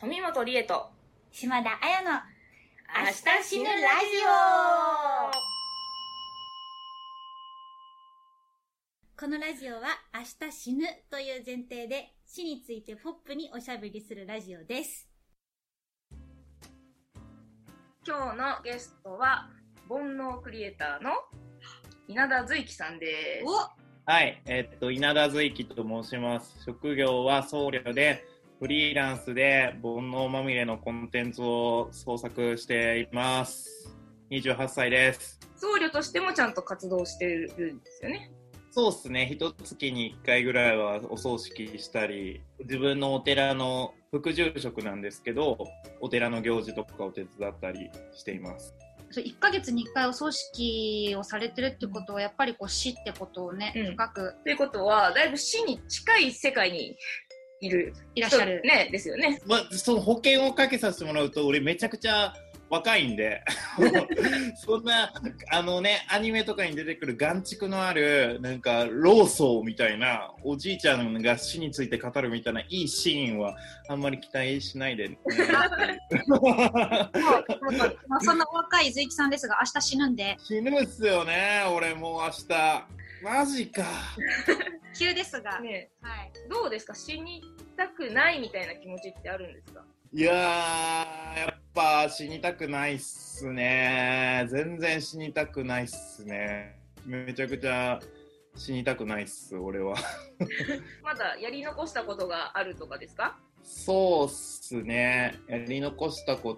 富本理恵と島田彩の明日死ぬラジこのラジオは明日死ぬという前提で死についてポップにおしゃべりするラジオです。 今日のゲストは煩悩クリエイターの稲田随樹さんです。 はい、稲田随樹と申します。職業は僧侶で、フリーランスで煩悩まみれのコンテンツを創作しています。28歳です。 僧侶としてもちゃんと活動してるんですよね。 そうですね、一月に1回ぐらいはお葬式したり、自分のお寺の副住職なんですけど、お寺の行事とかを手伝ったりしています。 1ヶ月に1回お葬式をされてるってことはやっぱりこう死ってことをね、深くということはだいぶ死に近い世界にいらっしゃるねですよね。 その保険をかけさせてもらうと、俺めちゃくちゃ若いんでそんなアニメとかに出てくる眼蓄のあるなんか老僧みたいなおじいちゃんが死について語るみたいないいシーンはあんまり期待しないで、ね、 まあそんな若い随樹さんですが、明日死ぬんで。 死ぬっすよね。俺もう明日マジか急ですが、 ね、 はい、 どうですか？死にたくないみたいな気持ちってあるんですか？ いやー、やっぱ死にたくないっすね。全然死にたくないっすね。めちゃくちゃ死にたくないっす、俺はまだやり残したことがあるとかですか？ そうっすね。やり残したこと、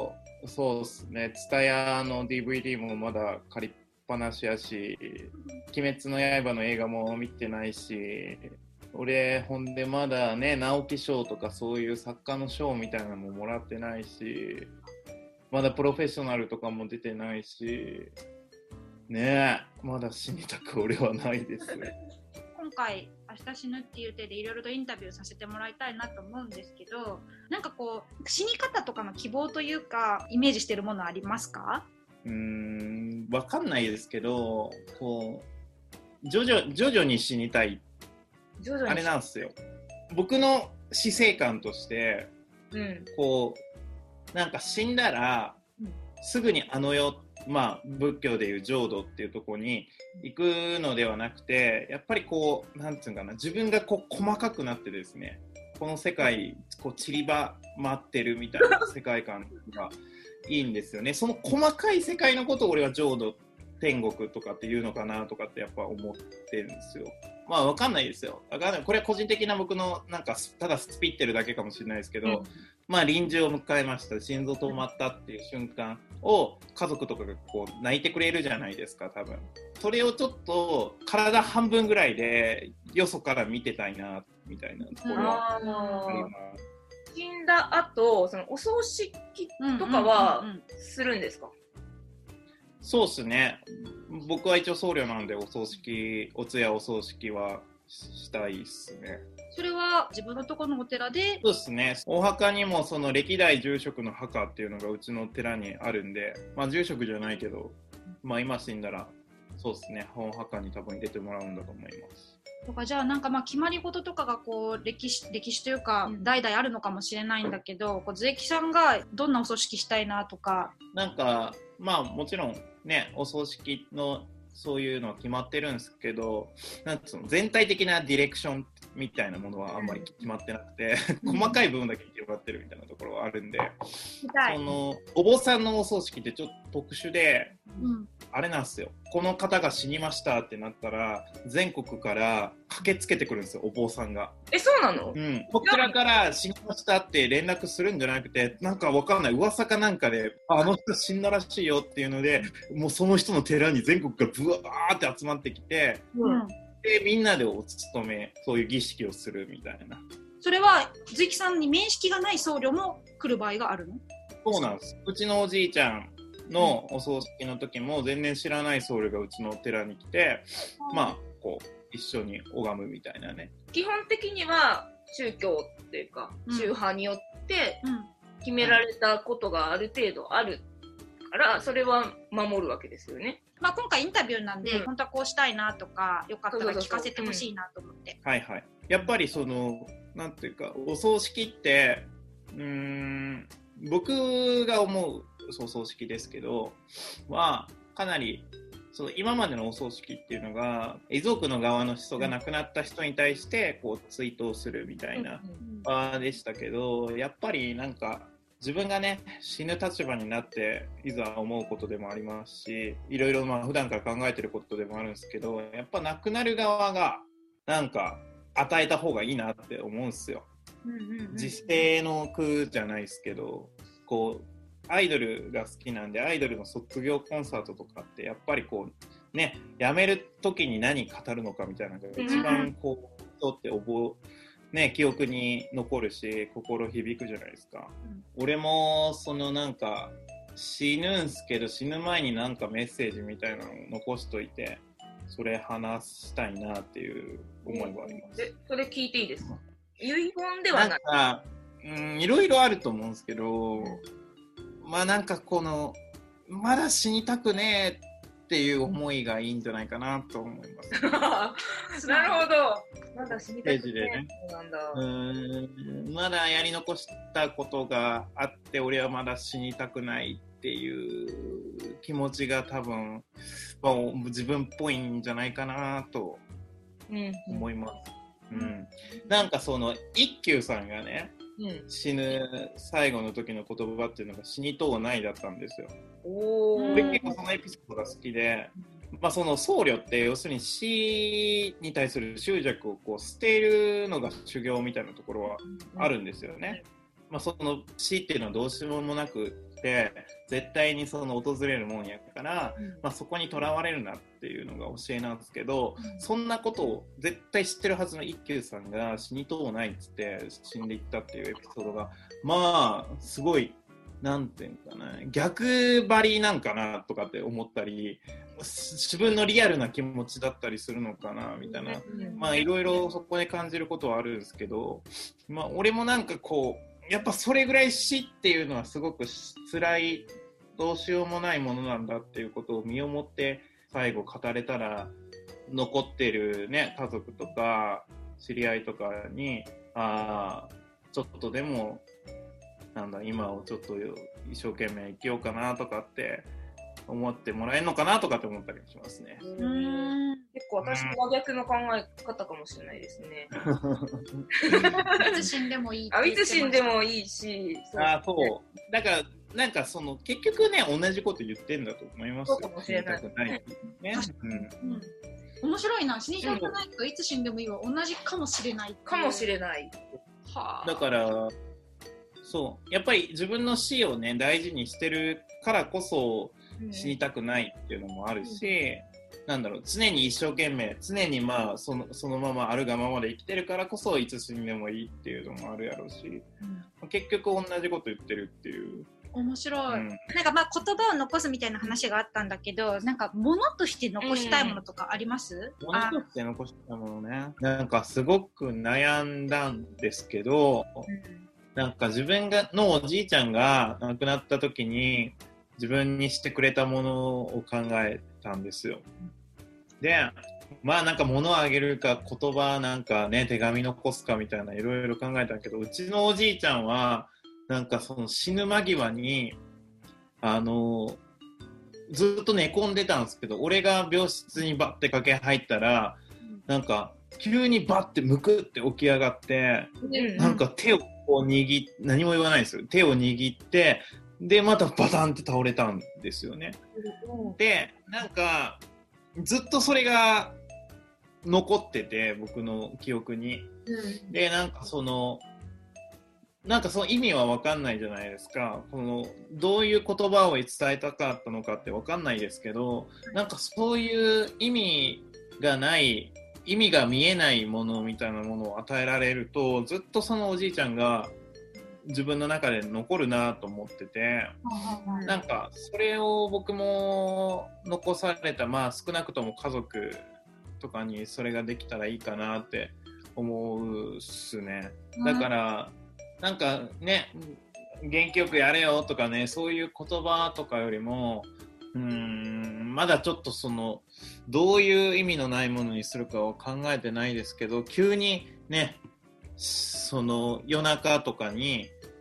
そうっすね。TSUTAYAの DVD もまだ借りっぱなしやし、鬼滅の刃の映画も見てないし、俺ほんでまだね、直木賞とかそういう作家の賞みたいなのももらってないし、まだプロフェッショナルとかも出てないしね、まだ死にたく俺はないです今回明日死ぬっていう手でいろいろとインタビューさせてもらいたいなと思うんですけど、なんかこう死に方とかの希望というかイメージしてるものありますか？ わかんないですけど、こう徐々に死にたい、あれなんですよ。僕の死生観として、こうなんか死んだら、すぐにあの世、まあ仏教でいう浄土っていうところに行くのではなくて、やっぱりこうなんていうかな、自分がこう細かくなってですね、この世界こう散りばまってるみたいな世界観がいいんですよね。その細かい世界のことを俺は浄土、天国とかっていうのかなとかってやっぱ思ってるんですよ。まあ分かんないですよ。分かんない。これは個人的な僕のなんかただスピってるだけかもしれないですけど、まあ臨終を迎えました、心臓止まったっていう瞬間を家族とかがこう泣いてくれるじゃないですか、多分。それをちょっと体半分ぐらいでよそから見てたいなみたいなところはあります。 死んだ後、そのお葬式とかはするんですか？ そうっすね。僕は一応僧侶なんで、お葬式、お通夜お葬式はしたいっすね。 それは自分のところのお寺で？ そうですね。お墓にもその歴代住職の墓っていうのがうちの寺にあるんで、まあ住職じゃないけど、まあ今死んだらそうですね、お墓に多分入れてもらうんだと思います。 とか、じゃあなんかまあ決まり事とかがこう歴史というか代々あるのかもしれないんだけど、こう随樹さんがどんなお葬式したいなとか。 なんかまあもちろんね、お葬式のそういうのは決まってるんですけど、なんかその全体的なディレクションみたいなものはあんまり決まってなくて、細かい部分だけ決まってるみたいなところはあるんで、そのお坊さんのお葬式ってちょっと特殊で、あれなんですよ。この方が死にましたってなったら全国から駆けつけてくるんですよ、お坊さんが。 そうなの？ こちらから死にましたって連絡するんじゃなくて、なんかわかんない噂かなんかで、あの人死んだらしいよっていうので、もうその人の寺に全国からブワーって集まってきて、でみんなでお勤め、そういう儀式をするみたいな。 それは随樹さんに面識がない僧侶も来る場合があるの？ そうなんです。うちのおじいちゃんのお葬式の時も全然知らない僧侶がうちのお寺に来て、まあこう一緒に拝むみたいなね。 基本的には宗教っていうか、宗派によって決められたことがある程度あるから、それは守るわけですよね。 まあ、今回インタビューなんで、本当はこうしたいなとか、よかったら聞かせてほしいなと思って。 はいはい。やっぱりそのなんていうか、お葬式って僕が思うお葬式ですけどはかなりその今までのお葬式っていうのが遺族の側の人が亡くなった人に対してこう追悼するみたいな場でしたけど、やっぱりなんか自分がね死ぬ立場になっていざ思うことでもありますし、いろいろまあ普段から考えてることでもあるんですけど、やっぱ亡くなる側がなんか与えた方がいいなって思うんですよ。自生の句じゃないですけど、こうアイドルが好きなんでアイドルの卒業コンサートとかってやっぱりこうね辞める時に何語るのかみたいなのが一番こう人って記憶に残るし心響くじゃないですか。俺もそのなんか死ぬんすけど死ぬ前になんかメッセージみたいなのを残しといてそれ話したいなっていう思いはあります。 それ聞いていいですか？遺言ではない。 なんかいろいろあると思うんですけど、まあなんかこのまだ死にたくねえっていう思いがいいんじゃないかなと思います。 なるほど。まだ死にたくねえなんだ。まだやり残したことがあって俺はまだ死にたくないっていう気持ちが多分、まあ、自分っぽいんじゃないかなと思います。なんかその一休さんがね、死ぬ最後の時の言葉っていうのが死にとうないだったんですよ。俺結構そのエピソードが好きで、まあ、その僧侶って要するに死に対する執着をこう捨てるのが修行みたいなところはあるんですよね。まあ、その死っていうのはどうしようもなくて絶対にその訪れるもんやから、まあ、そこにとらわれるなっていうのが教えなんですけど、そんなことを絶対知ってるはずの一休さんが死にとうないっつって死んでいったっていうエピソードがまあすごいなんていうかな逆張りなんかなとかって思ったり自分のリアルな気持ちだったりするのかなみたいな、まあいろいろそこで感じることはあるんですけど、まあ俺もなんかこうやっぱそれぐらい死っていうのはすごく辛いどうしようもないものなんだっていうことを身をもって最後語れたら残ってるね家族とか知り合いとかにちょっとでもなんだ今をちょっと一生懸命生きようかなとかって思ってもらえるのかなとかって思ったりしますね。 結構私と真逆の考え方かもしれないですね。 いつ死んでもいいいつ死んでもいいし。 そうだからなんかその結局ね同じこと言ってんだと思いますよ。 そうかもしれない。 面白いな。死にたくないといつ死んでもいいは同じかもしれない。 かもしれない。 だからそうやっぱり自分の死をね大事にしてるからこそ死にたくないっていうのもあるし、なんだろう常に一生懸命常にまあそのままあるがままで生きてるからこそいつ死んでもいいっていうのもあるやろうし、結局同じこと言ってるっていう。 面白い、なんかまあ言葉を残すみたいな話があったんだけど、なんか物として残したいものとかあります？ 物として残したいものね、なんかすごく悩んだんですけど、なんか自分のおじいちゃんが亡くなった時に自分にしてくれたものを考えたんですよ。で、まあなんか物をあげるか言葉なんかね手紙残すかみたいないろいろ考えたけど、うちのおじいちゃんはなんかその死ぬ間際にずっと寝込んでたんですけど、俺が病室にバッて駆け入ったらなんか急にバッてむくって起き上がって、なんか手をこう何も言わないんですよ。手を握ってでまたバタンって倒れたんですよね。でなんかずっとそれが残ってて僕の記憶に、でなんかその意味は分かんないじゃないですか。どういう言葉を伝えたかったのかって分かんないですけど、なんかそういう意味が見えないものみたいなものを与えられるとずっとそのおじいちゃんが自分の中で残るなと思ってて、なんかそれを僕も残された、まあ少なくとも家族とかにそれができたらいいかなって思うっすね。だからなんかね元気よくやれよとかねそういう言葉とかよりもまだちょっとどういう意味のないものにするかを考えてないですけど、急にね夜中とかに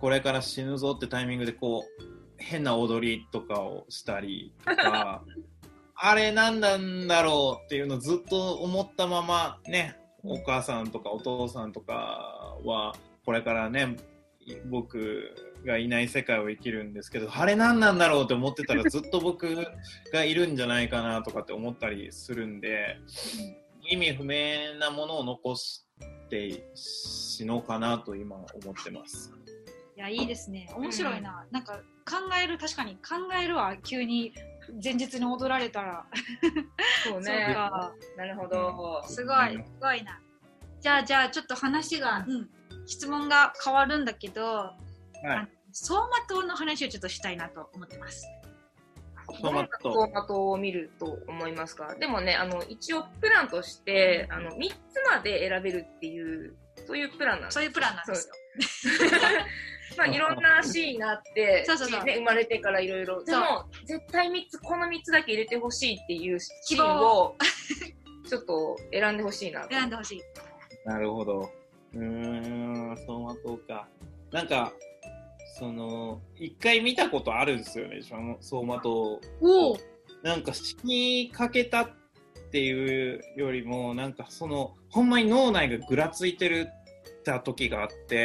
これから死ぬぞってタイミングでこう変な踊りとかをしたりとかあれ何なんだろうっていうのをずっと思ったままね、お母さんとかお父さんとかはこれからね僕がいない世界を生きるんですけど、あれ何なんだろうって思ってたらずっと僕がいるんじゃないかなとかって思ったりするんで、意味不明なものを残して死のうかなと今思ってます。 いや、いいですね。面白いな。なんか確かに考えるわ。急に前日に踊られたら。 そうね。そうか。なるほど。 すごいな。じゃあちょっと話が、質問が変わるんだけど、走馬灯の話をちょっとしたいなと思ってます。 走馬灯を見ると思いますか？でもね、一応プランとして3つまで選べるっていうそういうプランなんですよ。まあいろんなシーンがあってね、生まれてからいろいろでも絶対この3つだけ入れてほしいっていうシーンをちょっと選んでほしいな。 選んでほしい。 なるほど。走馬灯か。なんか一回見たことあるんですよね、走馬灯。なんか死にかけたっていうよりもなんかほんまに脳内がぐらついてるた時があって、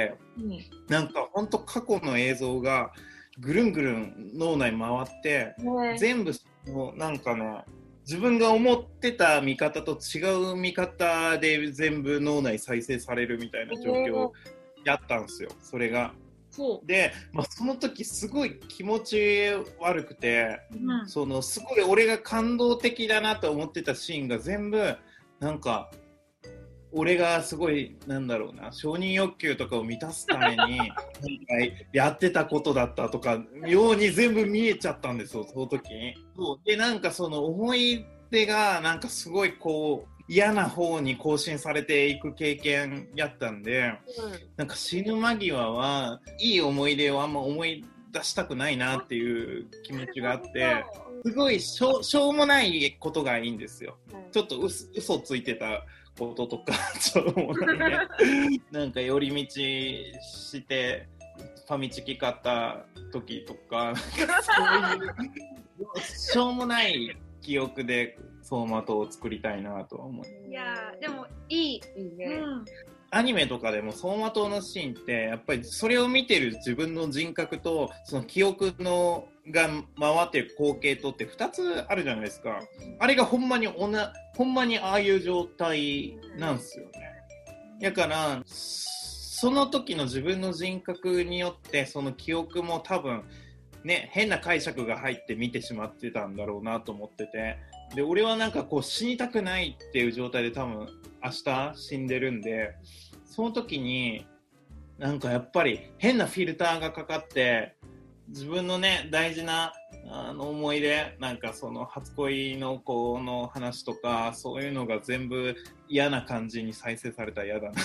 なんかほんと過去の映像がぐるんぐるん脳内回って、全部なんかね、自分が思ってた見方と違う見方で全部脳内再生されるみたいな状況やったんですよ、それが。で、その時すごい気持ち悪くて、すごい俺が感動的だなと思ってたシーンが全部なんか俺がすごいなんだろうな、承認欲求とかを満たすためにやってたことだったとかように全部見えちゃったんですよ、その時に。でなんか思い出がなんかすごいこう嫌な方に更新されていく経験やったんで、なんか死ぬ間際はいい思い出をあんま思い出したくないなっていう気持ちがあって、すごいしょうもないことがいいんですよ。ちょっと嘘ついてたこととかしょうもないねなんか寄り道してファミチキ買った時とかそういうしょうもない記憶で走馬灯を作りたいなと思う。 いやでもいいね、 アニメとかでも走馬灯のシーンってやっぱりそれを見てる自分の人格とその記憶のが回ってる光景とって2つあるじゃないですか。あれがほんまにああいう状態なんですよね。だからその時の自分の人格によってその記憶も多分ね、変な解釈が入って見てしまってたんだろうなと思ってて、で俺はなんかこう死にたくないっていう状態で多分明日死んでるんで、その時になんかやっぱり変なフィルターがかかって自分のね大事な思い出、なんかその初恋の子の話とかそういうのが全部嫌な感じに再生されたら嫌だな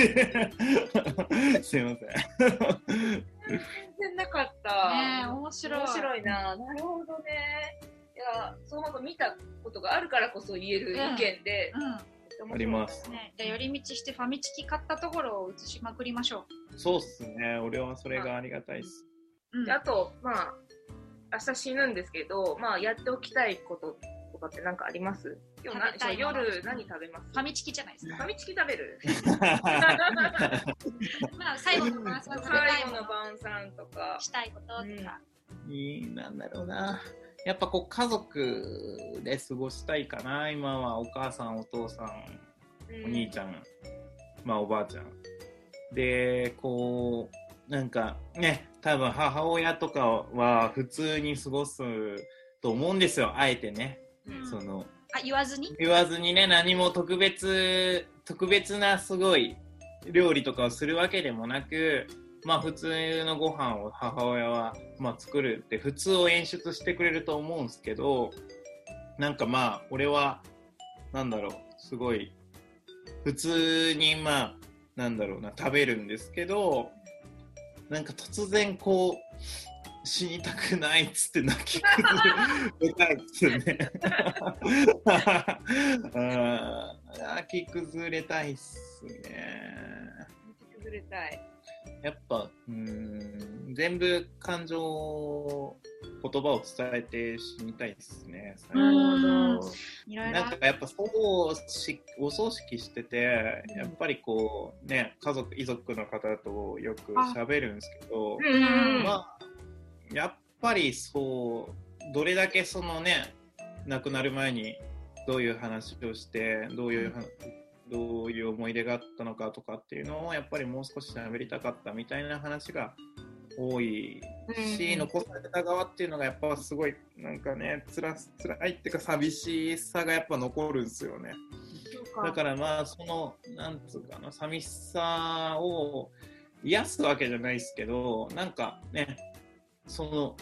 ってすいません全然なかったね。面白いな。なるほどね。いや、そうなんか見たことがあるからこそ言える意見で、 ありますね。じゃあ寄り道してファミチキ買ったところを映しまくりましょう。そうっすね。俺はそれがありがたいっす。 あと明日死ぬんですけど、やっておきたい夜何食べます？ ファミチキじゃないですか。 ファミチキ食べる最後の晩餐とかしたいこととか、 なんだろうな、やっぱこう家族で過ごしたいかな。今はお母さんお父さんお兄ちゃん、おばあちゃんでこうなんかね、多分母親とかは普通に過ごすと思うんですよ、あえてね、言わずにね、何も特別なすごい料理とかをするわけでもなく、普通のご飯を母親は作るって普通を演出してくれると思うんですけど、なんか俺はなんだろう、すごい普通になんだろうな食べるんですけど、なんか突然こう死にたくないっつって泣き崩れたいっつってね泣き崩れたいっすね。 泣き崩れたい。 やっぱ全部感情言葉を伝えて死にたいですね。なんかやっぱお葬式してて、やっぱりこうね、遺族の方とよく喋るんですけど、まあやっぱりそうどれだけそのね、亡くなる前にどういう話をしてどういう思い出があったのかとかっていうのをやっぱりもう少し喋りたかったみたいな話が多いし、残された側っていうのがやっぱすごいなんかね、辛いっていうか寂しさがやっぱ残るんですよね。だからまあそのなんつうかな、寂しさを癒すわけじゃないですけど、なんかね、その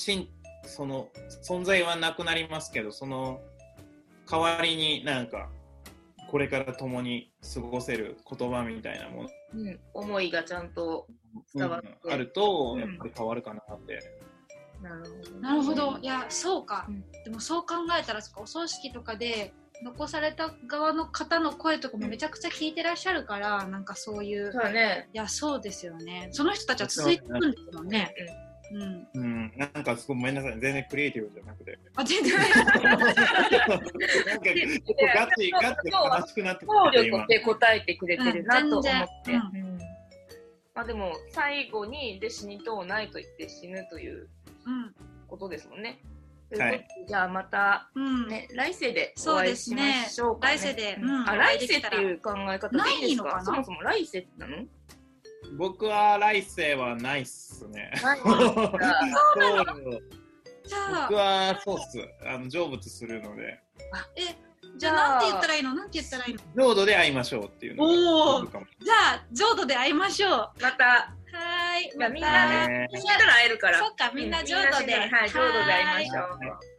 存在はなくなりますけど、その代わりになんかこれから共に過ごせる言葉みたいなもの、 思いがちゃんと伝わって、 あるとやっぱり変わるかなって、 なるほど。いやそうか、でもそう考えたらお葬式とかで残された側の方の声とかもめちゃくちゃ聞いてらっしゃるから、なんかそういう、いやそうですよね、その人たちは続いていくんですもんね。 なんかごめんなさい、全然クリエイティブじゃなくて。 全然なんかガチ悲しくなってきて今。で答えてくれてるなと思って。まあでも最後に死にとうないと言って死ぬということですもんね。じゃあまたね、来世でお会いしましょうかね。 来世で、 来世っていう考え方でいいですか？そもそも来世なの？ 僕は来世はないっすね。 そうなの？ 僕はそうっす。成仏するので。 じゃあなんて言ったらいいの？ 浄土で会いましょうっていうのが。 じゃあ浄土で会いましょう。 また。 はい。 みんなね、死んだら会えるから。 そっか、みんな浄土で。 浄土で会いましょう。